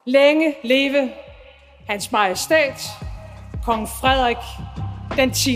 Længe leve Hans Majestæt, Kong Frederik den 10.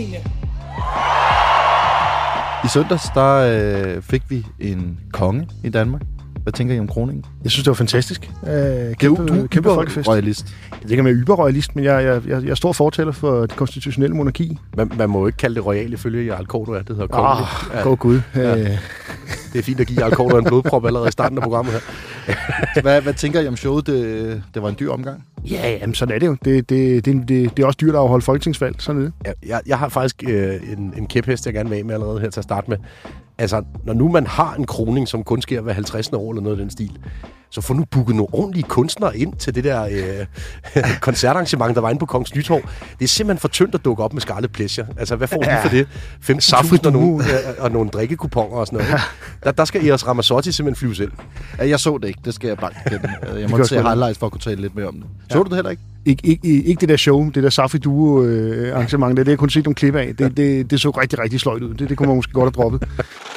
I søndags, der fik vi en konge i Danmark. Hvad tænker I om kroningen? Jeg synes, det var fantastisk. Kæmpe folkefest. Royalist. Jeg tænker, jeg er yberroyalist, men jeg er stor fortaler for det konstitutionelle monarki. Man må jo ikke kalde det royal ifølge Jarl Cordua. Det hedder kongelig. God Gud. Ja. Det er fint at give Jarl Cordua en blodprop allerede i starten af programmet her. Hvad tænker I om showet? Det var en dyr omgang. Ja, jamen, sådan er det jo. Det er også dyrt at afholde folketingsvalg. Sådan er det. Ja, jeg har faktisk en kæphest, jeg gerne vil af med allerede her til at starte med. Altså, når nu man har en kroning, som kun sker hver 50. år eller noget af den stil, så få nu booket nogle ordentlige kunstnere ind til det der koncertarrangement, der var inde på Kongens Nytorv. Det er simpelthen for tyndt at dukke op med Scarlet Pleasure. Altså, hvad får de for det? 15.000 og nogle drikkekuponer og sådan noget. Der skal Eros Ramazzotti simpelthen flyves ind. Ja, jeg så det ikke. Det skal jeg bare kende. Jeg må se highlights for at kunne tale lidt mere om det. Så du det heller ikke? Ikke det der show, det der Safri Duo arrangement. Det har jeg kun set nogle klip af. Det så rigtig, rigtig sløjt ud. Det kunne man måske godt have droppet.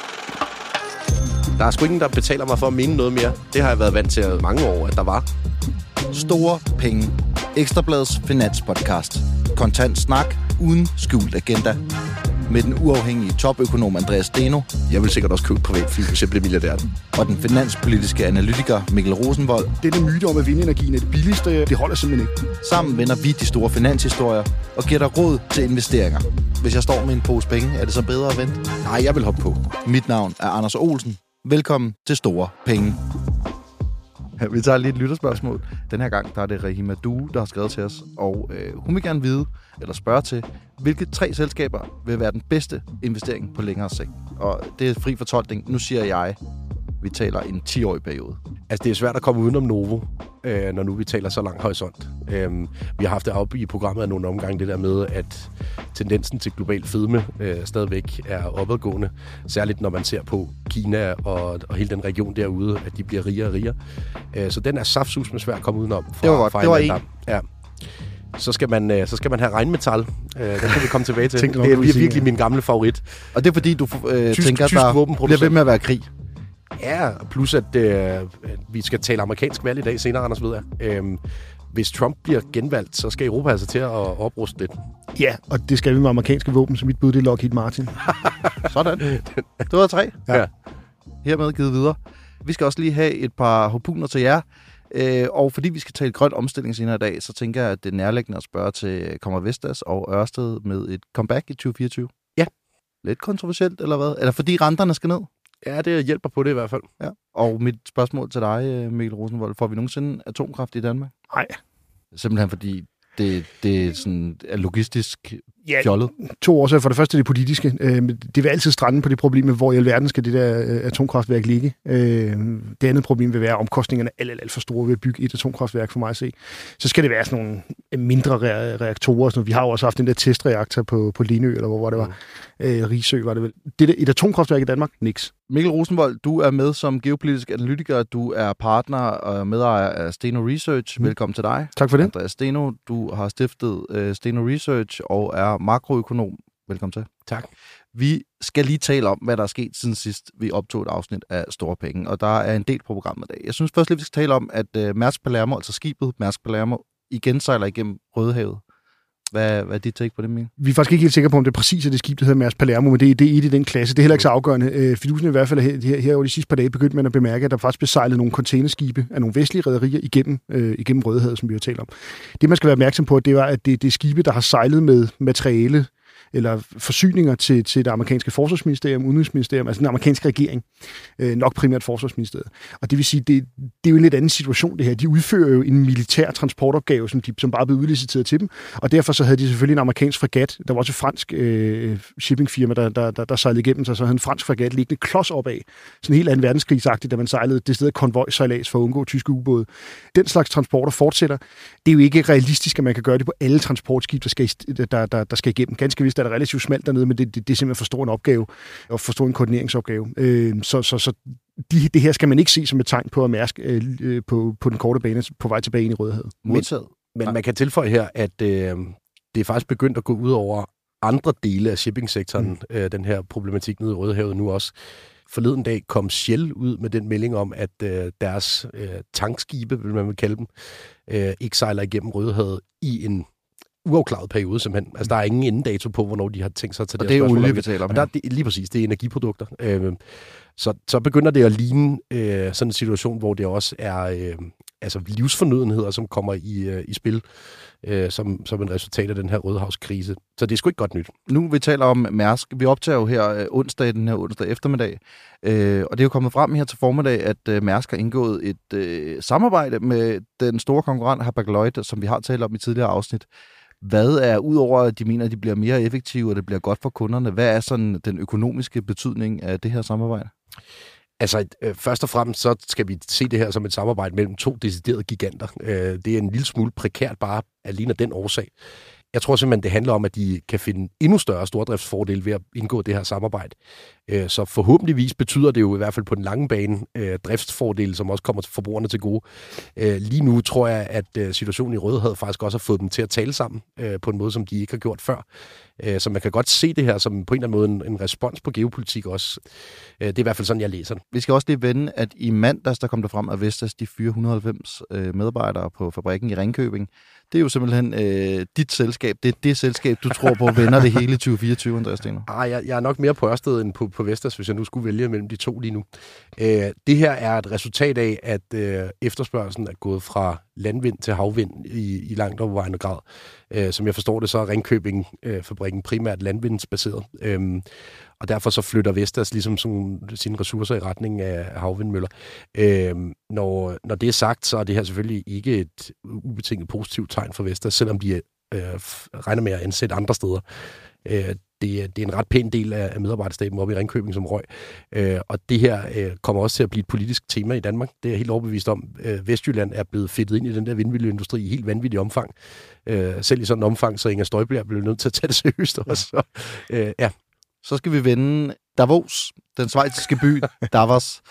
Der er sgu ingen, der betaler mig for at mene noget mere. Det har jeg været vant til mange år, at der var. Store penge. Ekstrabladets finanspodcast. Kontant snak uden skjult agenda. Med den uafhængige topøkonom Andreas Steno. Jeg vil sikkert også købe et privatfly, hvis jeg bliver milliardær. Og den finanspolitiske analytiker Mikkel Rosenvold. Denne myte om, at vindenergien er det billigste, det holder simpelthen ikke. Sammen vender vi de store finanshistorier og giver dig råd til investeringer. Hvis jeg står med en pose penge, er det så bedre at vente? Nej, jeg vil hoppe på. Mit navn er Anders Olsen. Velkommen til Store Penge. Vi tager lige et lytterspørgsmål. Den her gang der er det Rahima Due, der har skrevet til os, og hun vil gerne vide, eller spørge til, hvilke 3 selskaber vil være den bedste investering på længere sigt. Og det er fri fortolkning. Nu siger jeg, vi taler en 10-årig periode. Altså, det er svært at komme udenom Novo, når nu vi taler så lang horisont. Vi har haft det oppe i programmet af nogle omgange, det der med, at tendensen til global fedme stadigvæk er opadgående. Særligt når man ser på Kina og hele den region derude, at de bliver rigere og rigere. Så den er saftsus med svært at komme udenom. Det var godt. Det var en. Ja. Så skal man have regnmetal. Den kan vi komme tilbage til. Det er virkelig min gamle favorit. Og det er fordi, du tænker, at der bliver ved med at være krig. Ja, plus at vi skal tale amerikansk valg i dag senere, Anders, ved jeg. Hvis Trump bliver genvalgt, så skal Europa altså til at opruste lidt. Ja, og det skal vi med amerikanske våben, så mit bud det er Lockheed Martin. Sådan. Det var 3. Ja. Hermed givet videre. Vi skal også lige have et par hopuner til jer. Og fordi vi skal tale grøn omstilling senere i dag, så tænker jeg, at det er nærliggende at spørge til Kommer Vestas og Ørsted med et comeback i 2024. Ja. Lidt kontroversielt, eller hvad? Eller fordi renterne skal ned? Ja, det hjælper på det i hvert fald. Ja. Og mit spørgsmål til dig, Mikkel Rosenvold, får vi nogensinde atomkraft i Danmark? Nej. Simpelthen fordi det sådan er logistisk fjollet? 2 årsager. For det første det politiske. Det vil altid strande på det problem med, hvor i alverden skal det der atomkraftværk ligge. Det andet problem vil være, at omkostningerne er alt for store ved at bygge et atomkraftværk, for mig at se. Så skal det være sådan nogle mindre reaktorer. Sådan. Vi har jo også haft den der testreaktor på Lindø, eller hvor det var. Risø var det vel. Et atomkraftværk i Danmark? Niks. Mikkel Rosenvold, du er med som geopolitisk analytiker. Du er partner og medejer af Steno Research. Velkommen til dig. Tak for det. Andreas Steno, du har stiftet Steno Research og er makroøkonom. Velkommen til. Tak. Vi skal lige tale om, hvad der er sket siden sidst, vi optog et afsnit af Store Penge, og der er en del på programmet i dag. Jeg synes først lige, vi skal tale om, at Mærsk Palermo, altså skibet Mærsk Palermo, igen sejler igennem Rødehavet. Hvad er dit take på det, Mikkel? Vi er faktisk ikke helt sikre på, om det er præcis det skib, der hedder Mærsk Palermo, men det er et i den klasse. Det er heller ikke så afgørende. Fidusen i hvert fald her over de sidste par dage begyndte man at bemærke, at der faktisk blev sejlet nogle containerskibe af nogle vestlige rederier igennem Rødehavet, som vi har talt om. Det, man skal være opmærksom på, det var, at det er skibe, der har sejlet med materiale eller forsyninger til det amerikanske forsvarsministerium, udenrigsministerium, altså den amerikanske regering, nok primært forsvarsministeriet. Og det vil sige, det er jo en lidt anden situation, det her. De udfører jo en militær transportopgave, som bare blev udliciteret til dem, og derfor så havde de selvfølgelig en amerikansk fregat. Der var også et fransk shippingfirma, der sejlede igennem sig, så havde en fransk fregat liggende klods opad. Sådan helt anden verdenskrigsagtigt, da man sejlede det sted konvojsejlads for at undgå tyske ubåde. Den slags transporter fortsætter. Det er jo ikke realistisk, at man kan gøre det på alle transportskib, der skal igennem. Ganske vist er det relativt smalt dernede, men det er simpelthen for stor en opgave, og for stor en koordineringsopgave. Så det her skal man ikke se som et tegn på at Mærsk på den korte bane på vej tilbage ind i Rødehavet. Men man kan tilføje her, at det er faktisk begyndt at gå ud over andre dele af shippingsektoren, den her problematik nede i Rødehavet nu også. forleden dag kom Shell ud med den melding om, at deres tankskibe, vil man vil kalde dem, ikke sejler igennem Rødehavet i en uafklaret periode, simpelthen. Altså, der er ingen endedato på, hvornår de har tænkt sig til det. Og det er olie, vi taler om. Lige præcis, det er energiprodukter. Så begynder det at ligne sådan en situation, hvor det også er livsfornødenheder, som kommer i spil som en resultat af den her Rødehavskrise. Så det er sgu ikke godt nyt. Nu vi taler om Mærsk. Vi optager jo her den her onsdag eftermiddag, og det er jo kommet frem her til formiddag, at Mærsk har indgået et samarbejde med den store konkurrent Hapag-Lloyd, som vi har talt om i tidligere afsnit. Hvad er, udover at de mener, at de bliver mere effektive, og det bliver godt for kunderne, hvad er sådan den økonomiske betydning af det her samarbejde? Altså, først og fremmest, så skal vi se det her som et samarbejde mellem to deciderede giganter. Det er en lille smule prekært bare alene af den årsag. Jeg tror simpelthen, det handler om, at de kan finde endnu større stordriftsfordele ved at indgå det her samarbejde. Så forhåbentligvis betyder det jo i hvert fald på den lange bane driftsfordele, som også kommer til forbrugerne til gode. Lige nu tror jeg, at situationen i Rødehavet faktisk også har fået dem til at tale sammen på en måde, som de ikke har gjort før. Så man kan godt se det her som på en eller anden måde en respons på geopolitik også. Det er i hvert fald sådan, jeg læser det. Vi skal også lige vende, at i mandags, der kom der frem, at Vestas, de 490 medarbejdere på fabrikken i Ringkøbing. Det er jo simpelthen dit selskab. Det er det selskab, du tror på vender det hele 2024, Andreas Steno. Jeg er nok mere på Ørsted end på Vestas, hvis jeg nu skulle vælge mellem de to lige nu. Det her er et resultat af, at efterspørgselen er gået fra landvind til havvind i langt overvejende grad. Som jeg forstår det, så er Ringkøbing-fabrikken primært landvindsbaseret. Og derfor så flytter Vestas ligesom sine ressourcer i retning af havvindmøller. Når det er sagt, så er det her selvfølgelig ikke et ubetinget positivt tegn for Vestas, selvom de regner med at ansætte andre steder. Det er en ret pæn del af medarbejderstaben oppe i Ringkøbing som røg. Og det her kommer også til at blive et politisk tema i Danmark. Det er jeg helt overbevist om. Vestjylland er blevet fedtet ind i den der vindmølleindustri i helt vanvittig omfang. Selv i sådan en omfang, så Inger Støjberg blev nødt til at tage det seriøst også. Ja. Så skal vi vende Davos, den schweiziske by Davos.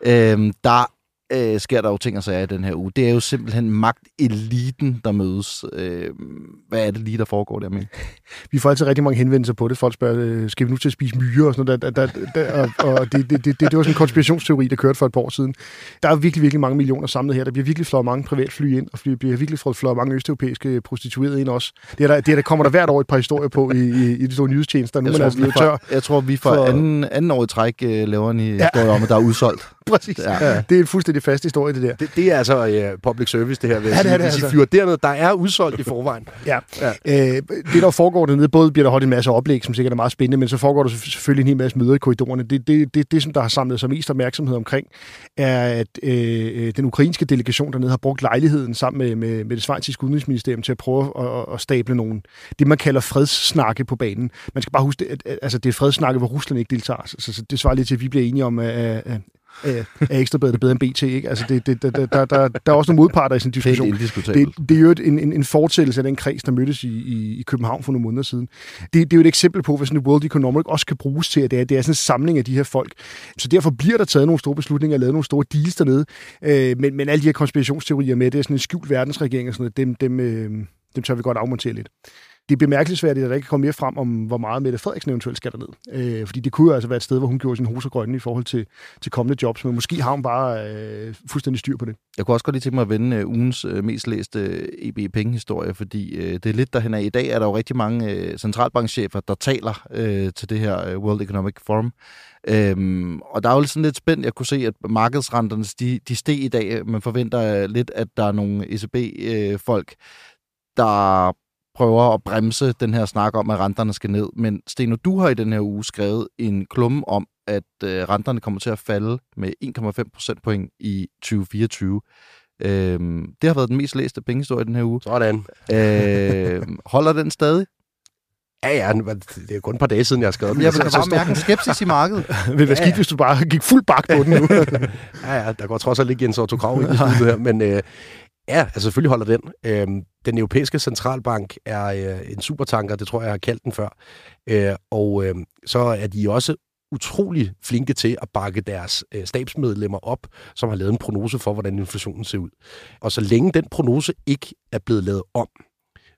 Der sker der jo ting og sager i den her uge. Det er jo simpelthen magteliten, der mødes. Hvad er det lige, der foregår der med? Vi får altid rigtig mange henvendelser på det. Folk spørger, skal vi nu til at spise myrer og sådan noget? Og det var sådan en konspirationsteori, der kørte for et par år siden. Der er virkelig, virkelig mange millioner samlet her. Der bliver virkelig flået mange privatfly ind, og bliver virkelig flået mange østeuropæiske prostituerede ind også. Der kommer der hvert år et par historier på i de store nyhedstjenester. Nu jeg tror, vi for anden år i træk laver en historie om, at der er udsolgt. Præcis. Ja. Det er en fuldstændig fast historie, det der. Det er altså public service, det her. Hvis I fyrer dernede, der er udsolgt i forvejen. Ja. Det, der foregår dernede, både bliver der holdt en masse oplæg, som sikkert er meget spændende, men så foregår der selvfølgelig en hel masse møder i korridorerne. Det som der har samlet sig mest opmærksomhed omkring, er, at den ukrainske delegation dernede har brugt lejligheden sammen med det schweiziske udenrigsministerium til at prøve at stable nogle, det man kalder fredssnakke på banen. Man skal bare huske, at det er fredssnakke, hvor Rusland ikke deltager. Så det svarer lidt til, at vi bliver enige om, at Ekstrabladet er bedre end BT, ikke? Altså, der er også nogle modparter i sådan en diskussion. Det er jo en fortællelse af den kreds, der mødtes i København for nogle måneder siden. Det er jo et eksempel på, hvad sådan en World Economic også kan bruges til, at det er sådan en samling af de her folk. Så derfor bliver der taget nogle store beslutninger og lavet nogle store deals dernede. Men alle de her konspirationsteorier med, det er sådan en skjult verdensregering og sådan noget, dem tør vi godt afmontere lidt. Det er bemærkelsesværdigt, at der ikke kommer mere frem om, hvor meget Mette Frederiksen eventuelt skal derned. Fordi det kunne jo altså være et sted, hvor hun gjorde sin hoser grønne i forhold til kommende jobs, men måske har hun bare fuldstændig styr på det. Jeg kunne også godt lige tænke mig at vende ugens mest læste EB-pengehistorie, fordi det er lidt derhen af. I dag er der jo rigtig mange centralbankchefer, der taler til det her World Economic Forum. Og der er jo sådan lidt spændt. Jeg kunne se, at markedsrenterne de steg i dag. Man forventer lidt, at der er nogle ECB-folk, der prøver at bremse den her snak om, at renterne skal ned. Men Steno, du har i den her uge skrevet en klumme om, at renterne kommer til at falde med 1,5 procentpoint i 2024. Det har været den mest læste pengehistorie i den her uge. Sådan. Holder den stadig? Ja, det er kun et par dage siden, jeg har skrevet den. Jeg vil bare mærke en skepsis i markedet. Vil være skidt, hvis du bare gik fuld bak på den nu? Ja, der går trods alt ikke Jens Otto Krag i det her, men ja, altså selvfølgelig holder den. Den europæiske centralbank er en supertanker, det tror jeg har kaldt den før. Og så er de også utrolig flinke til at bakke deres stabsmedlemmer op, som har lavet en prognose for, hvordan inflationen ser ud. Og så længe den prognose ikke er blevet lavet om,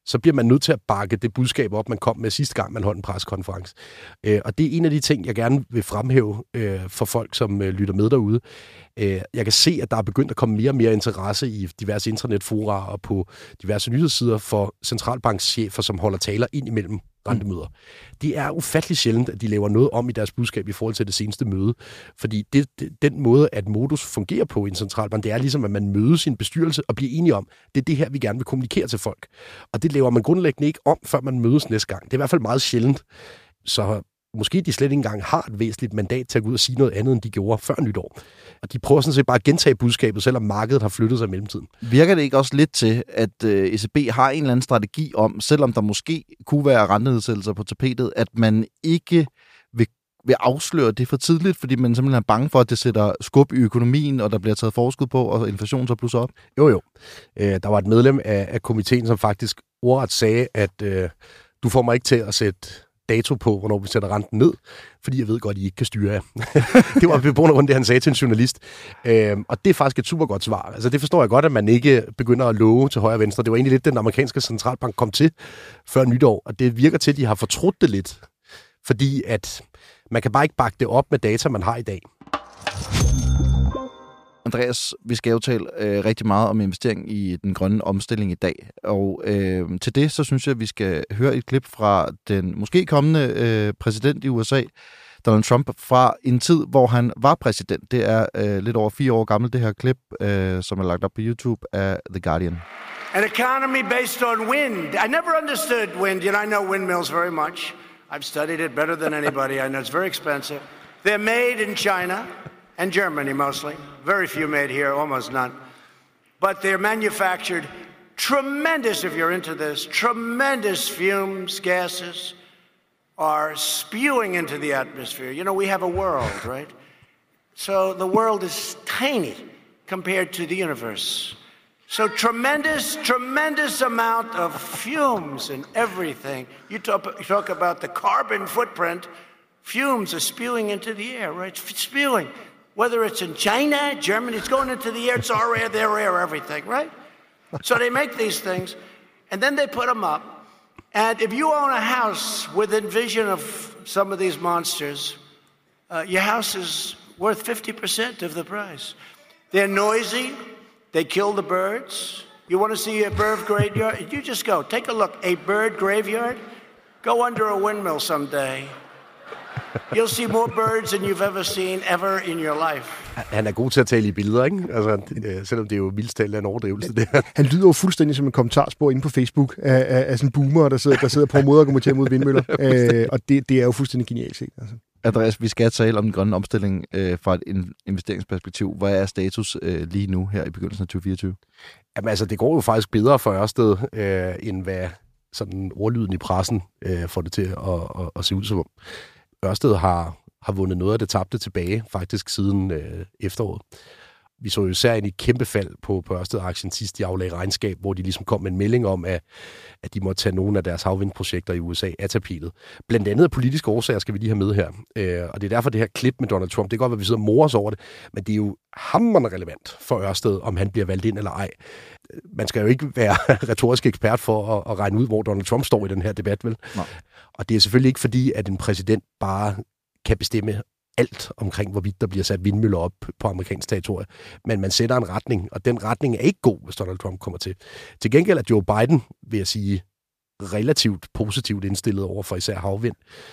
så bliver man nødt til at bakke det budskab op, man kom med sidste gang, man holdt en pressekonference. Og det er en af de ting, jeg gerne vil fremhæve for folk, som lytter med derude. Jeg kan se, at der er begyndt at komme mere og mere interesse i diverse internetfora og på diverse nyhedssider for centralbankschefer, som holder taler ind imellem rentemøder. Det er ufattelig sjældent, at de laver noget om i deres budskab i forhold til det seneste møde. Fordi den måde, at modus fungerer på i en centralbank, det er ligesom, at man møder sin bestyrelse og bliver enige om, det er det her, vi gerne vil kommunikere til folk. Og det laver man grundlæggende ikke om, før man mødes næste gang. Det er i hvert fald meget sjældent. Så måske de slet ikke engang har et væsentligt mandat til at gå ud og sige noget andet, end de gjorde før nytår. Og de prøver sådan set bare at gentage budskabet, selvom markedet har flyttet sig i mellemtiden. Virker det ikke også lidt til, at ECB har en eller anden strategi om, selvom der måske kunne være rentenedsættelser på tapetet, at man ikke vil afsløre det for tidligt, fordi man simpelthen er bange for, at det sætter skub i økonomien, og der bliver taget forskud på, og inflationen så plusser op? Jo. Der var et medlem af komiteen, som faktisk ordret sagde, at du får mig ikke til at sætte dato på, hvornår vi sætter renten ned, fordi jeg ved godt, I ikke kan styre jer. Det var på grund af det, han sagde til en journalist. Og det er faktisk et super godt svar. Altså, det forstår jeg godt, at man ikke begynder at love til højre og venstre. Det var egentlig lidt, den amerikanske centralbank kom til før nytår, og det virker til, at de har fortrudt det lidt, fordi at man kan bare ikke bakke det op med data, man har i dag. Andreas, vi skal jo tale rigtig meget om investering i den grønne omstilling i dag, og til det, så synes jeg, at vi skal høre et klip fra den måske kommende præsident i USA, Donald Trump, fra en tid, hvor han var præsident. Det er lidt over 4 år gammelt, det her klip, som er lagt op på YouTube af The Guardian. An economy based on wind. I never understood wind, yet I know windmills very much. I've studied it better than anybody. I know it's very expensive. They're made in China and Germany mostly. Very few made here, almost none. But they're manufactured tremendous, if you're into this, tremendous fumes, gases are spewing into the atmosphere. You know, we have a world, right? So the world is tiny compared to the universe. So tremendous amount of fumes and everything. You talk about the carbon footprint. Fumes are spewing into the air, right? Spewing. Whether it's in China, Germany, it's going into the air. It's our air, their air, everything, right? So they make these things, and then they put them up. And if you own a house within vision of some of these monsters, your house is worth 50% of the price. They're noisy. They kill the birds. You want to see a bird graveyard? You just go. Take a look. A bird graveyard? Go under a windmill someday. You'll see more birds than you've ever seen ever in your life. Han er god til at tale i billeder, ikke? Altså, selvom det er jo vildst talt en overdrivelse, det her. Han lyder jo fuldstændig som en kommentarspor inde på Facebook af sådan boomer, der sidder på en måde og argumenterer mod vindmøller. Og det er jo fuldstændig genialt set. Altså. Andreas, vi skal tale om den grønne omstilling fra et investeringsperspektiv. Hvad er status lige nu her i begyndelsen af 2024? Jamen altså, det går jo faktisk bedre for Ørsted, end hvad sådan ordlyden i pressen får det til at se ud som. Ørsted har vundet noget af det tabte tilbage, faktisk siden efteråret. Vi så jo især i et kæmpe fald på Ørsted-aktien sidst, de aflagde regnskab, hvor de ligesom kom med en melding om, at de måtte tage nogle af deres havvindprojekter i USA af tapetet. Blandt andet af politiske årsager skal vi lige have med her. Og det er derfor det her klip med Donald Trump, det kan godt være, at vi sidder og morer os over det, men det er jo hammerende relevant for Ørsted, om han bliver valgt ind eller ej. Man skal jo ikke være retorisk ekspert for at regne ud, hvor Donald Trump står i den her debat, vel? Nej. Og det er selvfølgelig ikke fordi, at en præsident bare kan bestemme alt omkring, hvorvidt der bliver sat vindmøller op på amerikansk territorie. Men man sætter en retning, og den retning er ikke god, hvis Donald Trump kommer til. Til gengæld er Joe Biden, vil jeg sige, relativt positivt indstillet over for især havvind.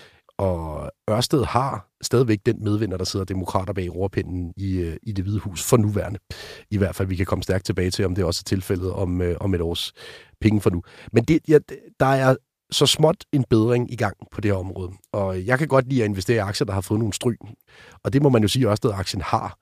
Og Ørsted har stadigvæk den medvinder, der sidder demokrater bag rorpinden i Det Hvide Hus for nuværende. I hvert fald, vi kan komme stærkt tilbage til, om det også er tilfældet om et års penge for nu. Men der er så småt en bedring i gang på det her område. Og jeg kan godt lide at investere i aktier, der har fået nogle stryg. Og det må man jo sige, at Ørsted-aktien har.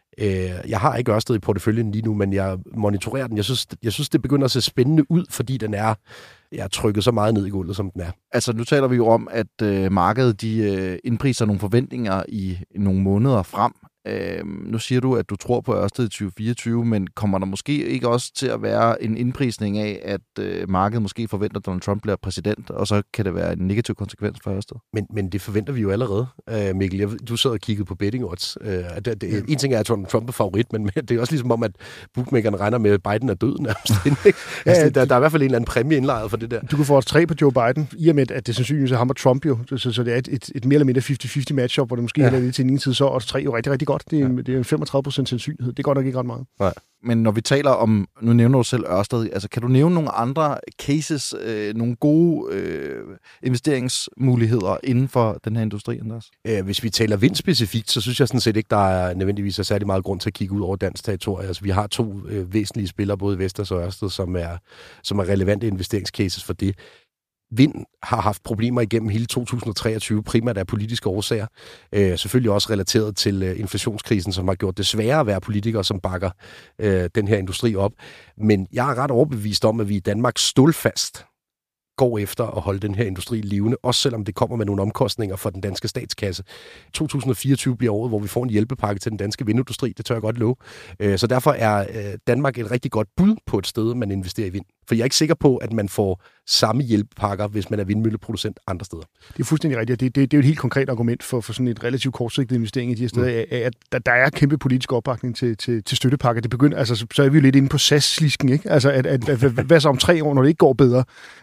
Jeg har ikke Ørsted i porteføljen lige nu, men jeg monitorerer den. Jeg synes, det begynder at se spændende ud, fordi jeg er trykket så meget ned i gulvet, som den er. Altså, nu taler vi jo om, at markedet indpriser nogle forventninger i nogle måneder frem. Nu siger du, at du tror på Ørsted i 2024, men kommer der måske ikke også til at være en indprisning af, at markedet måske forventer, at Donald Trump bliver præsident, og så kan det være en negativ konsekvens for Ørsted? Men det forventer vi jo allerede, Mikkel. Du sad og kiggede på betting odds. En ting er, at Trump er favorit, men det er også ligesom om, at bookmakerne regner med, at Biden er død nærmest. Altså, der er i hvert fald en eller anden præmie indlejret for det der. Du kan få os 3 på Joe Biden, i og med, at det sandsynligvis er ham og Trump jo. Så det er et mere eller mindre 50-50 matchup, hvor det måske heller lidt til ingen tid, så odds 3 jo rigtig, rigtig godt. Det er en 35% sandsynlighed. Det er godt nok ikke ret meget. Nej. Men når vi taler om, nu nævner du selv Ørsted, altså kan du nævne nogle andre cases, nogle gode investeringsmuligheder inden for den her industri, Anders? Hvis vi taler vind specifikt, så synes jeg sådan set ikke, der er nødvendigvis særlig meget grund til at kigge ud over dansk territorie. Altså vi har 2 væsentlige spillere, både Vestas og Ørsted, som er relevante investeringscases for det. Vind har haft problemer igennem hele 2023, primært af politiske årsager. Selvfølgelig også relateret til inflationskrisen, som har gjort det sværere at være politikere, som bakker den her industri op. Men jeg er ret overbevist om, at vi i Danmark stålfast går efter at holde den her industri levende, også selvom det kommer med nogle omkostninger for den danske statskasse. 2024 bliver året, hvor vi får en hjælpepakke til den danske vindindustri, det tør jeg godt love. Så derfor er Danmark et rigtig godt bud på et sted, man investerer i vind. For jeg er ikke sikker på, at man får samme hjælpepakker, hvis man er vindmølleproducent andre steder. Det er fuldstændig rigtigt. Det er jo et helt konkret argument for sådan et relativt kortsigtet investering i de her steder, at der er kæmpe politisk opbakning til støttepakker. Det begynder, altså, så er vi jo lidt inde på SAS-slisken, ikke? Altså, hvad så om 3 år, når det ikke går bedre,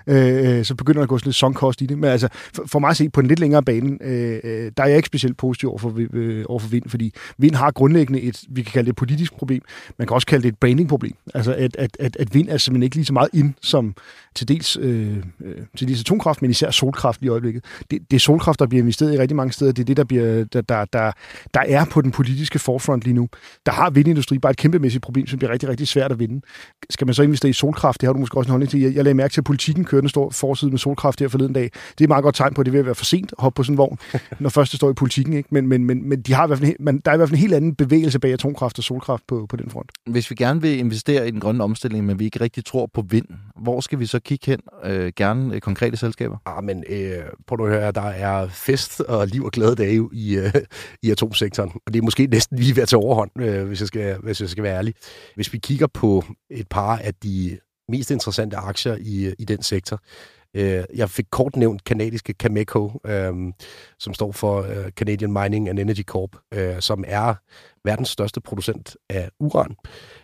så begynder der at gå sådan lidt sunk-cost i det. Men altså, for mig at se, på en lidt længere bane, der er jeg ikke specielt positiv over for vind, fordi vind har grundlæggende vi kan kalde det et politisk problem. Man kan også kalde det et branding-problem. Altså, at vind er simpelthen ikke lige så meget ind som til dels atomkraft, men især solkraft i øjeblikket. Det er solkraft, der bliver investeret i rigtig mange steder. Det er det, der er på den politiske forefront lige nu. Der har vindindustri bare et kæmpemæssigt problem, som bliver rigtig, rigtig svært at vinde. Skal man så investere i solkraft? Det har du måske også en holdning til. Jeg lagde mærke til, at politikken kørte en stor forside med solkraft her forleden dag. Det er et meget godt tegn på, at det vil være for sent at hoppe på sådan en vogn, når først det står i politikken. Ikke? Men der er i hvert fald en helt anden bevægelse bag atomkraft og solkraft på den front. Hvis vi gerne vil investere i den grønne omstilling, men vi ikke rigtig tror på vind, hvor skal vi så kigge hen? Gerne konkrete selskaber? Men prøv at høre, der er fest og liv og glade dage i atomsektoren. Og det er måske næsten lige ved at tage overhånd, hvis jeg skal være ærlig. Hvis vi kigger på et par af de mest interessante aktier i den sektor. Jeg fik kort nævnt kanadiske Cameco, som står for Canadian Mining and Energy Corp, som er verdens største producent af uran.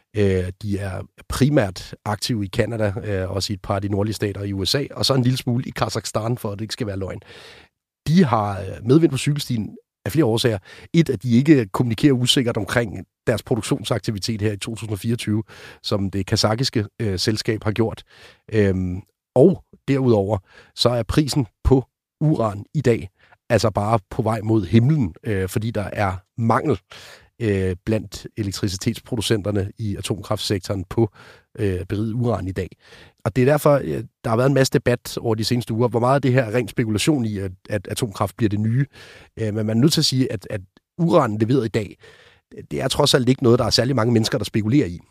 De er primært aktive i Canada, også i et par af de nordlige stater i USA, og så en lille smule i Kazakhstan, for at det ikke skal være løgn. De har medvind på cykelstien af flere årsager. At de ikke kommunikerer usikkert omkring deres produktionsaktivitet her i 2024, som det kazakiske selskab har gjort. Og derudover, så er prisen på uran i dag altså bare på vej mod himlen, fordi der er mangel blandt elektricitetsproducenterne i atomkraftsektoren på beriget uran i dag. Og det er derfor, der har været en masse debat over de seneste uger, hvor meget af det her er ren spekulation i, at atomkraft bliver det nye. Men man er nødt til at sige, at uranen leveret i dag, det er trods alt ikke noget, der er særlig mange mennesker, der spekulerer i.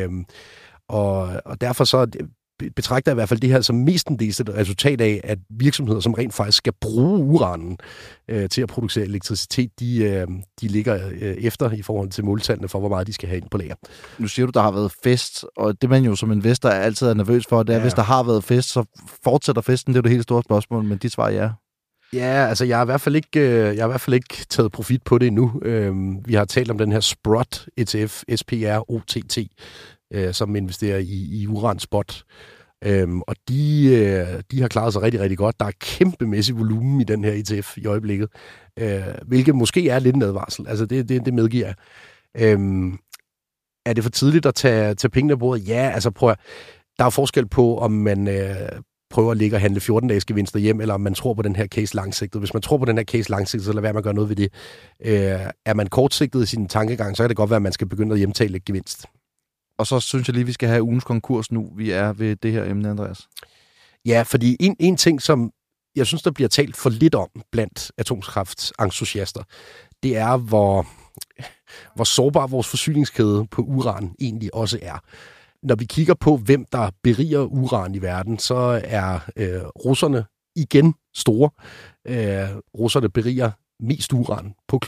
Og derfor så betragter jeg i hvert fald det her som mestendels et resultat af, at virksomheder, som rent faktisk skal bruge uranen til at producere elektricitet, de ligger efter i forhold til måltallene for, hvor meget de skal have ind på lager. Nu siger du, der har været fest, og det man jo som investor altid er nervøs for, det er, hvis der har været fest, så fortsætter festen. Det er jo det helt store spørgsmål, men dit svar ja. Ja, altså jeg har i hvert fald ikke taget profit på det endnu. Vi har talt om den her Sprott ETF, SPROTT, som investerer i uranspot. Og de har klaret sig rigtig, rigtig godt. Der er kæmpemæssig volumen i den her ETF i øjeblikket, hvilket måske er lidt en advarsel. Altså det medgiver jeg. Er det for tidligt at tage pengene af bordet? Ja, altså prøv at, der er forskel på, om man prøver at ligge og handle 14-dages gevinster hjem, eller om man tror på den her case langsigtet. Hvis man tror på den her case langsigtet, så lad være med at gøre noget ved det. Er man kortsigtet i sin tankegang, så kan det godt være, at man skal begynde at hjemtage lidt gevinst. Og så synes jeg lige, vi skal have ugens konkurs nu. Vi er ved det her emne, Andreas. Ja, fordi en ting, som jeg synes, der bliver talt for lidt om blandt atomkraftsentusiaster, det er, hvor sårbar vores forsyningskæde på uran egentlig også er. Når vi kigger på, hvem der beriger uran i verden, så er russerne igen store. Russerne beriger mest uran på kloden.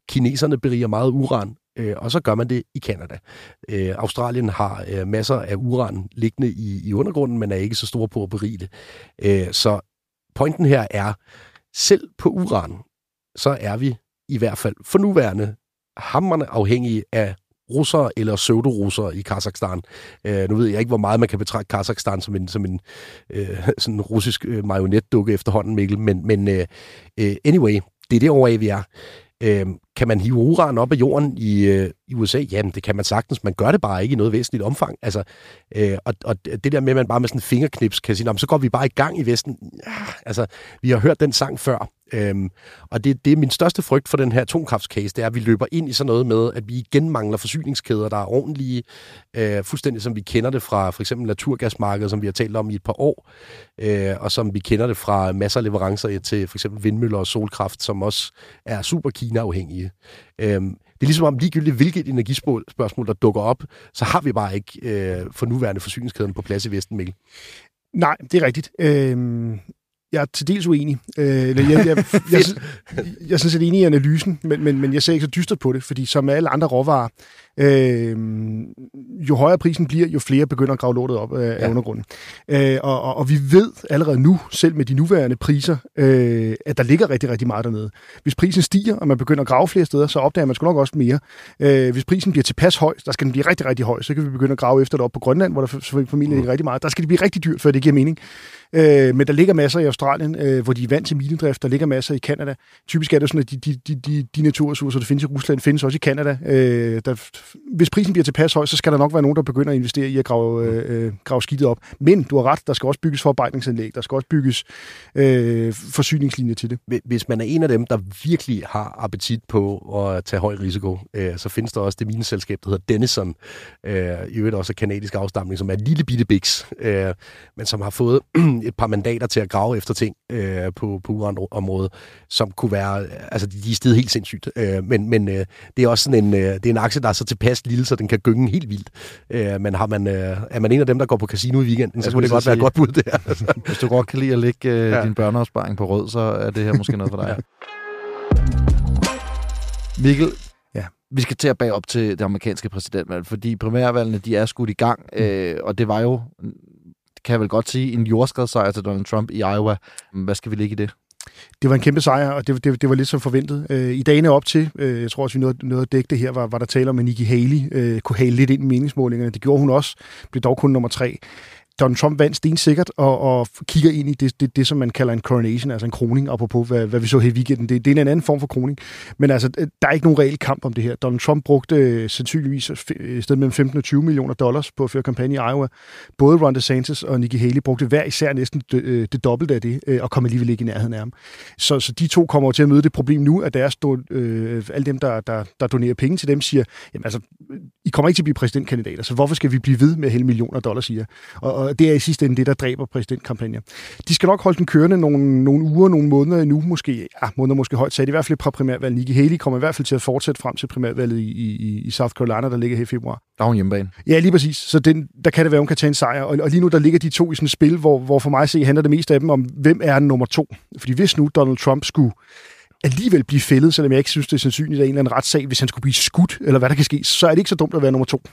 kineserne beriger meget uran, og så gør man det i Canada. Australien har masser af uran liggende i undergrunden, men er ikke så store på at berige det. Så pointen her er, selv på uran, så er vi i hvert fald for nuværende hamrende afhængige af russere eller pseudo-russere i Kazakhstan. Nu ved jeg ikke, hvor meget man kan betragte Kazakhstan som en sådan en russisk marionetdukke efterhånden, Mikkel, men anyway, det er derovre, vi er. Kan man hive uran op af jorden i USA? Jamen, det kan man sagtens. Man gør det bare ikke i noget væsentligt omfang. Altså, og det der med, at man bare med sådan en fingerknips kan sige, så går vi bare i gang i Vesten. Ja, altså, vi har hørt den sang før. Og det er min største frygt for den her atomkraftscase, det er, at vi løber ind i sådan noget med, at vi igen mangler forsyningskæder, der er ordentlige, fuldstændig som vi kender det fra for eksempel naturgasmarkedet, som vi har talt om i et par år, og som vi kender det fra masser af leverancer til for eksempel vindmøller og solkraft, som også er super Kina-afhængige. Det er ligesom om ligegyldigt, hvilket energispørgsmål, der dukker op, så har vi bare ikke for nuværende forsyningskæden på plads i Vesten, Mikkel. Nej, det er rigtigt. Jeg er til dels uenig. Jeg er sådan set enig i analysen, men jeg ser ikke så dystert på det, fordi som med alle andre råvarer, jo højere prisen bliver, jo flere begynder at grave lortet op af undergrunden. Og vi ved allerede nu, selv med de nuværende priser, at der ligger rigtig, rigtig meget dernede. Hvis prisen stiger, og man begynder at grave flere steder, så opdager man sgu nok også mere. Hvis prisen bliver tilpas høj, der skal den blive rigtig, rigtig høj, så kan vi begynde at grave efter det op på Grønland, hvor der formentlig ligger rigtig meget. Der skal det blive rigtig dyrt, før det giver mening. Men der ligger masser i Australien, hvor de er vant til minedrift. Der ligger masser i Canada. Typisk er det sådan, at de naturressourcer, der findes i Rusland, findes også i Canada. Hvis prisen bliver tilpas høj, så skal der nok være nogen, der begynder at investere i at grave skidtet op. Men du har ret, der skal også bygges forarbejdningsanlæg. Der skal også bygges forsyningslinjer til det. Hvis man er en af dem, der virkelig har appetit på at tage høj risiko, så findes der også det mineselskab, der hedder Denison. I øvrigt også kanadisk afstamning, som er en lille bitte biks, men som har fået et par mandater til at grave efter ting på uranområdet, som kunne være, altså de er stedet helt sindssygt. Men det er også sådan det er en aktie, der er så tilpas lille, så den kan gynge helt vildt. Men er man en af dem, der går på casino i weekenden, så kunne det godt være et godt bud der. Hvis du godt kan lide at lægge din børneopsparing på rød, så er det her måske noget for dig. Mikkel, vi skal til at bag op til det amerikanske præsidentvalg, fordi primærvalgene, de er skudt i gang, og det var jo, kan jeg vel godt sige, en jordskredssejr til Donald Trump i Iowa. Hvad skal vi ligge i det? Det var en kæmpe sejr, og det var lidt som forventet. I dagene op til, jeg tror også, vi nåede at dække det her, var der tale om, at Nikki Haley kunne hale lidt ind i meningsmålingerne. Det gjorde hun også, blev dog kun nummer 3. Donald Trump vandt stensikkert og kigger ind i det, som man kalder en coronation, altså en kroning, apropos hvad vi så her i weekenden. Det er en anden form for kroning. Men altså, der er ikke nogen reel kamp om det her. Donald Trump brugte sandsynligvis et sted mellem 15 og 20 millioner dollars på at føre kampagne i Iowa. Både Ron DeSantis og Nikki Haley brugte hver især næsten det dobbelte af det, og kom alligevel ikke i nærheden af ham. Så de to kommer til at møde det problem nu, at alle dem, der donerer penge til dem, siger, jamen altså, I kommer ikke til at blive præsidentkandidater, så hvorfor skal vi blive ved med at hælde millioner dollars, siger. Og det er i sidste ende det, der dræber præsidentkampagner. De skal nok holde den kørende nogle uger, nogle måneder endnu, måneder måske højt sat. I hvert fald et par primærvalg. Nikki Haley kommer i hvert fald til at fortsætte frem til primærvalget i South Carolina, der ligger her i februar. Der er hun hjemmebane. Ja, lige præcis. Så der kan det være, hun kan tage en sejr. Og lige nu, der ligger de to i sådan et spil, hvor for mig handler det mest af dem om, hvem er nummer 2. Fordi hvis nu Donald Trump skulle alligevel blive fældet, selvom jeg ikke synes, det er sandsynligt af en eller anden retssag, hvis han skulle blive skudt, eller hvad der kan ske, så er det ikke så dumt at være nummer 2.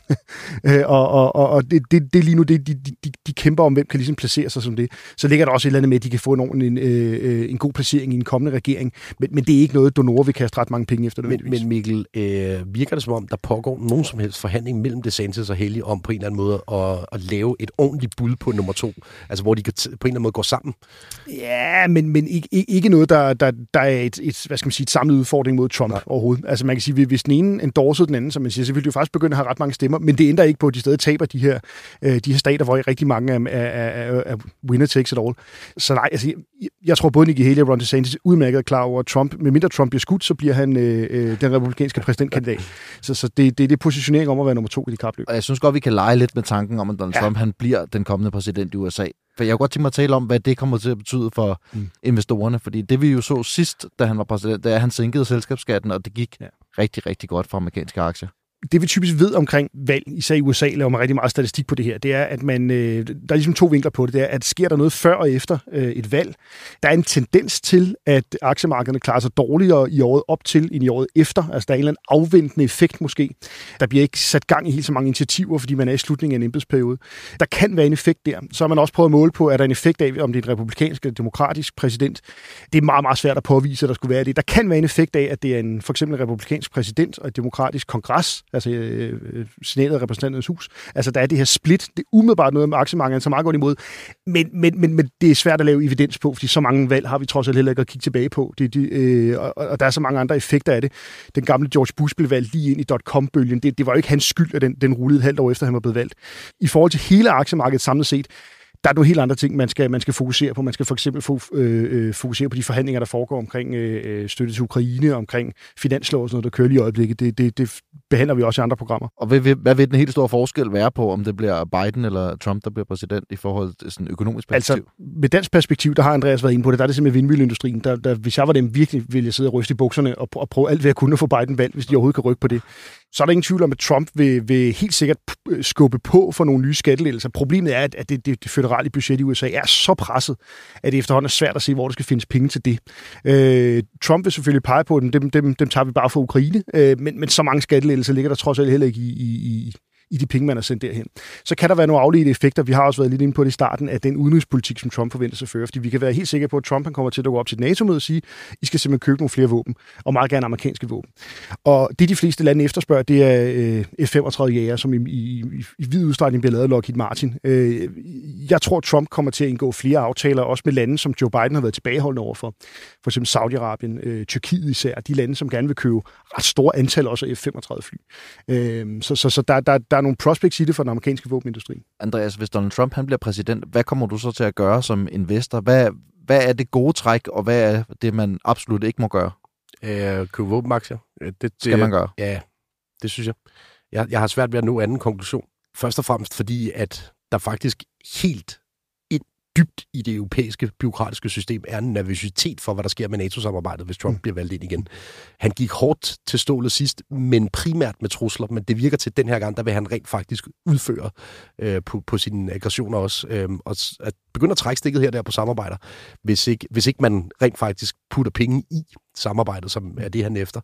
og det er lige nu, de kæmper om, hvem kan ligesom placere sig som det. Så ligger der også et eller andet med, at de kan få en god placering i en kommende regering. Men det er ikke noget, donorer vil kaste ret mange penge efter det. Men Mikkel, virker det som om, der pågår nogen som helst forhandling mellem DeSantis og Haley om på en eller anden måde at lave et ordentligt bud på nummer 2? Altså, hvor de kan på en eller anden måde gå sammen? Ja, men ikke noget, der er et hvad skal man sige, et samlet udfordring mod Trump overhovedet. Altså man kan sige, hvis den ene endorsede den anden, som man siger, så vil de jo faktisk begynde at have ret mange stemmer, men det ændrer ikke på, at de stadig taber de her stater, hvor rigtig mange er winner takes it all. Så nej, altså, jeg tror både Nikki Haley og Ron DeSantis udmærket er klar over, at Trump, medmindre Trump bliver skudt, så bliver han den republikanske præsidentkandidat. Så det er det positionering om at være nummer 2 i det kapløb. Og jeg synes godt, vi kan lege lidt med tanken om, at Donald Trump han bliver den kommende præsident i USA. For jeg kunne godt tænke mig at tale om, hvad det kommer til at betyde for investorerne. Fordi det vi jo så sidst, da han var præsident, det er, at han sænkede selskabsskatten, og det gik rigtig, rigtig godt for amerikanske aktier. det vi typisk ved omkring valg, især i USA, laver man rigtig meget statistik på det her, det er, at man, der er ligesom 2 vinkler på det. Det er, at sker der noget før og efter et valg, der er en tendens til, at aktiemarkederne klarer sig dårligere i året op til, end i året efter. Altså der er en eller anden afventende effekt måske. Der bliver ikke sat gang i helt så mange initiativer, fordi man er i slutningen af en embedsperiode. Der kan være en effekt der. Så har man også prøvet at måle på, er der en effekt af, om det er en republikansk eller demokratisk præsident. Det er meget, meget svært at påvise, at der skulle være det. Der kan være en effekt af, at det er for eksempel en republikansk præsident og et demokratisk kongres, altså senatet og repræsentanternes hus. Altså, der er det her split. Det er umiddelbart noget med aktiemarkedet, som meget godt imod. Men det er svært at lave evidens på, fordi så mange valg har vi trods alt heller ikke at kigge tilbage på. Og der er så mange andre effekter af det. Den gamle George Bush blev valgt lige ind i .com-bølgen. Det var jo ikke hans skyld, at den rullede et halvt år efter, han var blevet valgt. I forhold til hele aktiemarkedet samlet set, der er nogle helt andre ting, man skal fokusere på. Man skal for eksempel fokusere på de forhandlinger, der foregår omkring støtte til Ukraine, omkring finanslov og sådan noget, der kører lige i øjeblikket. Det behandler vi også i andre programmer. Og hvad vil den helt store forskel være på, om det bliver Biden eller Trump, der bliver præsident i forhold til sådan økonomisk perspektiv? Altså, med dansk perspektiv, der har Andreas været inde på det, der er det simpelthen vindmølleindustrien. Hvis jeg var dem, virkelig ville jeg sidde og ryste i bukserne og prøve alt, hvad jeg kunne at få Biden valgt, hvis de overhovedet kan rykke på det. Så er der ingen tvivl om, at Trump vil helt sikkert skubbe på for nogle nye skattelettelser. Problemet er, at det føderale budget i USA er så presset, at det efterhånden er svært at se, hvor der skal findes penge til det. Trump vil selvfølgelig pege på, at dem tager vi bare for Ukraine, men så mange skattelettelser ligger der trods alt heller ikke i de penge, man har sendt derhen. Så kan der være nogle afledte effekter. Vi har også været lidt inde på det i starten af den udenrigspolitik, som Trump forventer sig at føre. Fordi vi kan være helt sikre på, at Trump han kommer til at gå op til et NATO-møde og sige, I skal simpelthen købe nogle flere våben, og meget gerne amerikanske våben. Og det de fleste lande efterspørger, det er F-35 jager, som i vid udstrækning bliver lavet af Lockheed Martin. Jeg tror, Trump kommer til at indgå flere aftaler, også med lande, som Joe Biden har været tilbageholdende overfor. For eksempel Saudi-Arabien, Tyrkiet især, de lande, som gerne vil købe ret store antal også af F-35 fly. Så der er nogle prospects i det for den amerikanske våbenindustri. Andreas, hvis Donald Trump han bliver præsident, hvad kommer du så til at gøre som investor? Hvad er det gode træk, og hvad er det, man absolut ikke må gøre? Købe våbenaktier. Det skal man gøre? Ja, det synes jeg. Jeg har svært ved at nå anden konklusion. Først og fremmest fordi, at der faktisk helt dybt i det europæiske bureaukratiske system er en nervøsitet for, hvad der sker med NATO-samarbejdet, hvis Trump bliver valgt ind igen. Han gik hårdt til stålet sidst, men primært med trusler, men det virker til den her gang, der vil han rent faktisk udføre på sine aggressioner også, og at begynde at trække stikket her der på samarbejder, hvis ikke man rent faktisk putter penge i samarbejdet, som er det, han efter.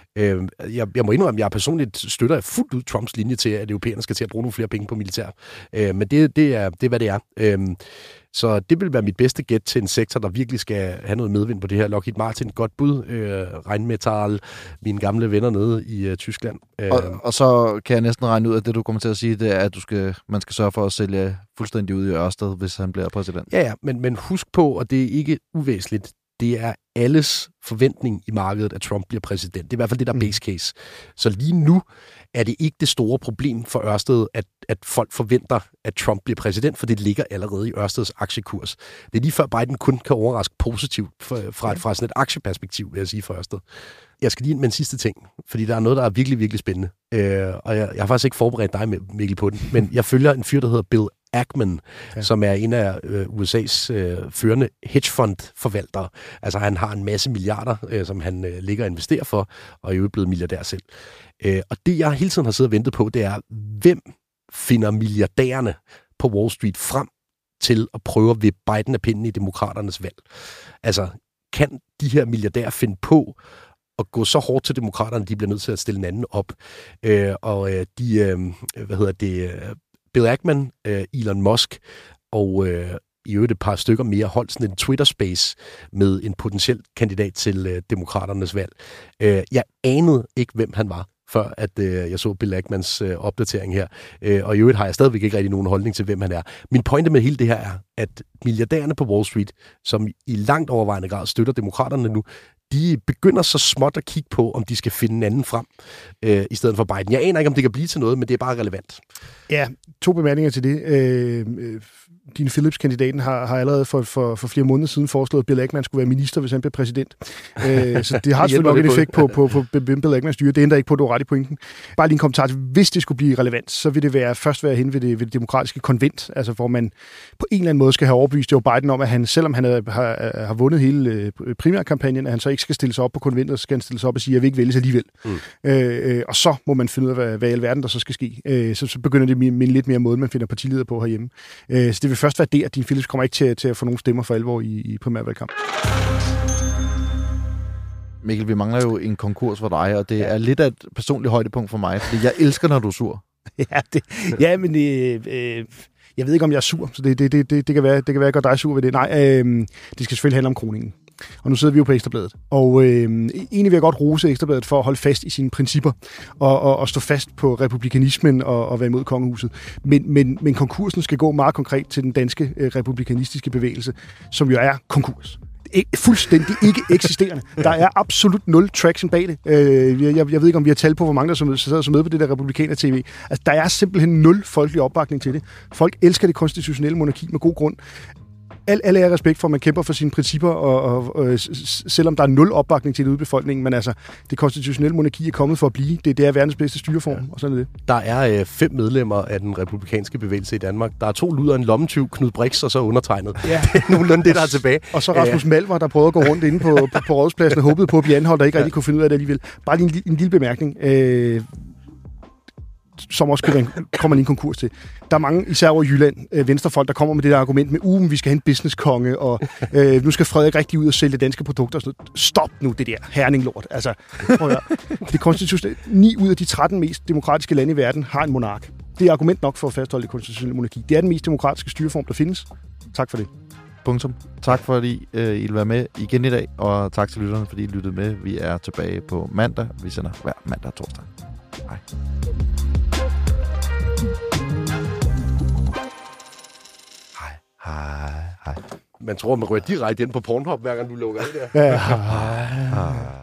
Jeg må indrømme, at jeg personligt støtter fuldt ud Trumps linje til, at europæerne skal til at bruge nogle flere penge på militær. Men det er, hvad det er. Så det vil være mit bedste gæt til en sektor, der virkelig skal have noget medvind på det her. Lockheed Martin, godt bud. Rheinmetall, mine gamle venner nede i Tyskland. Og så kan jeg næsten regne ud, at det, du kommer til at sige, det er, at man skal sørge for at sælge fuldstændig ud i Ørsted, hvis han bliver præsident. Ja, men husk på, og det er ikke uvæsentligt, det er alles forventning i markedet, at Trump bliver præsident. Det er i hvert fald det, der er base case. Så lige nu er det ikke det store problem for Ørsted, at folk forventer, at Trump bliver præsident, for det ligger allerede i Ørsteds aktiekurs. Det er lige før Biden kun kan overraske positivt fra sådan et aktieperspektiv, vil jeg sige, for Ørsted. Jeg skal lige ind med en sidste ting, fordi der er noget, der er virkelig, virkelig spændende. Og jeg har faktisk ikke forberedt dig, Mikkel, på den, men jeg følger en fyr, der hedder Bill Ackman, som er en af USA's førende hedgefondforvaltere. Altså han har en masse milliarder, som han ligger og investerer for, og er jo blevet milliardær selv. Og det, jeg hele tiden har siddet og ventet på, det er, hvem finder milliardærerne på Wall Street frem til at prøve at vippe Biden af pinden i demokraternes valg? Altså, kan de her milliardærer finde på at gå så hårdt til demokraterne, de bliver nødt til at stille en anden op? Bill Ackman, Elon Musk og i øvrigt et par stykker mere holdt sådan en Twitter-space med en potentiel kandidat til demokraternes valg. Jeg anede ikke, hvem han var, før at jeg så Bill Ackmans opdatering her. Og i øvrigt har jeg stadigvæk ikke rigtig nogen holdning til, hvem han er. Min pointe med hele det her er, at milliardærerne på Wall Street, som i langt overvejende grad støtter demokraterne nu, de begynder så småt at kigge på, om de skal finde en anden frem, i stedet for Biden. Jeg aner ikke, om det kan blive til noget, men det er bare relevant. Ja, 2 bemærkninger til det. Dean Phillips-kandidaten har allerede for flere måneder siden foreslået, at Bill Ackman skulle være minister, hvis han blev præsident. Så det har selvfølgelig nok en effekt på Bill Ackmans styre. Det ændrer ikke på, at du har ret i pointen. Bare lige en kommentar til, hvis det skulle blive relevant, så vil det først være hen ved det demokratiske konvent, altså hvor man på en eller anden måde skal have overbevist Joe Biden om, at han, selvom han har vundet hele primærkampagnen, at han så ikke ikke skal stille sig op på konventet, så skal han stille sig op og sige, jeg vil ikke vælges alligevel. Og så må man finde ud af, hvad i alverden der så skal ske. Så begynder det at minde lidt mere måde, man finder partileder på herhjemme. Så det vil først være det, at Dean Phillips kommer ikke til at få nogle stemmer for alvor i primærvalgkamp. Mikkel, vi mangler jo en konkurs for dig, og det er lidt af et personligt højdepunkt for mig, fordi jeg elsker, når du er sur. Men jeg ved ikke, om jeg er sur, så det kan være, at jeg gør dig sur ved det. Nej, det skal selvfølgelig handle om kroningen. Og nu sidder vi jo på Ekstrabladet. Og egentlig vil jeg godt rose Ekstrabladet for at holde fast i sine principper og stå fast på republikanismen og være imod kongehuset. Men konkursen skal gå meget konkret til den danske republikanistiske bevægelse, som jo er konkurs. Fuldstændig ikke eksisterende. Der er absolut 0 traction bag det. Jeg ved ikke, om vi har tal på, hvor mange der sidder med på det der republikaner-tv. Altså, der er simpelthen 0 folkelig opbakning til det. Folk elsker det konstitutionelle monarki med god grund. Alle er respekt for, at man kæmper for sine principper, og selvom der er 0 opbakning til det ude i befolkningen, men altså, det konstitutionelle monarki er kommet for at blive. Det er verdens bedste styreform, og sådan er det. Der er 5 medlemmer af den republikanske bevægelse i Danmark. Der er 2 luder, en lommetyv, Knud Brix og så undertegnet. Ja. Det er nogenlunde det, der er tilbage. Og så Rasmus Malvar, der prøvede at gå rundt inde på rådspladsen og håbede på at blive anholdt, der ikke rigtig kunne finde ud af det alligevel. Bare lige en lille bemærkning. Som også kommer en konkurs til. Der er mange, især over Jylland, venstrefolk, der kommer med det der argument med, vi skal have en businesskonge, og nu skal Frederik rigtig ud og sælge danske produkter. Og sådan noget. Stop nu det der herninglort. Altså, det konstitutionelle 9 ud af de 13 mest demokratiske lande i verden har en monark. Det er argument nok for at fastholde det konstitutionelle monarki. Det er den mest demokratiske styreform, der findes. Tak for det. Punktum. Tak fordi I vil være med igen i dag, og tak til lytterne, fordi I lyttede med. Vi er tilbage på mandag. Vi sender hver mandag og torsdag. Hej. Hej. Man tror, man rører direkte ind på Pornhub, hver gang du lukker det der. Ja.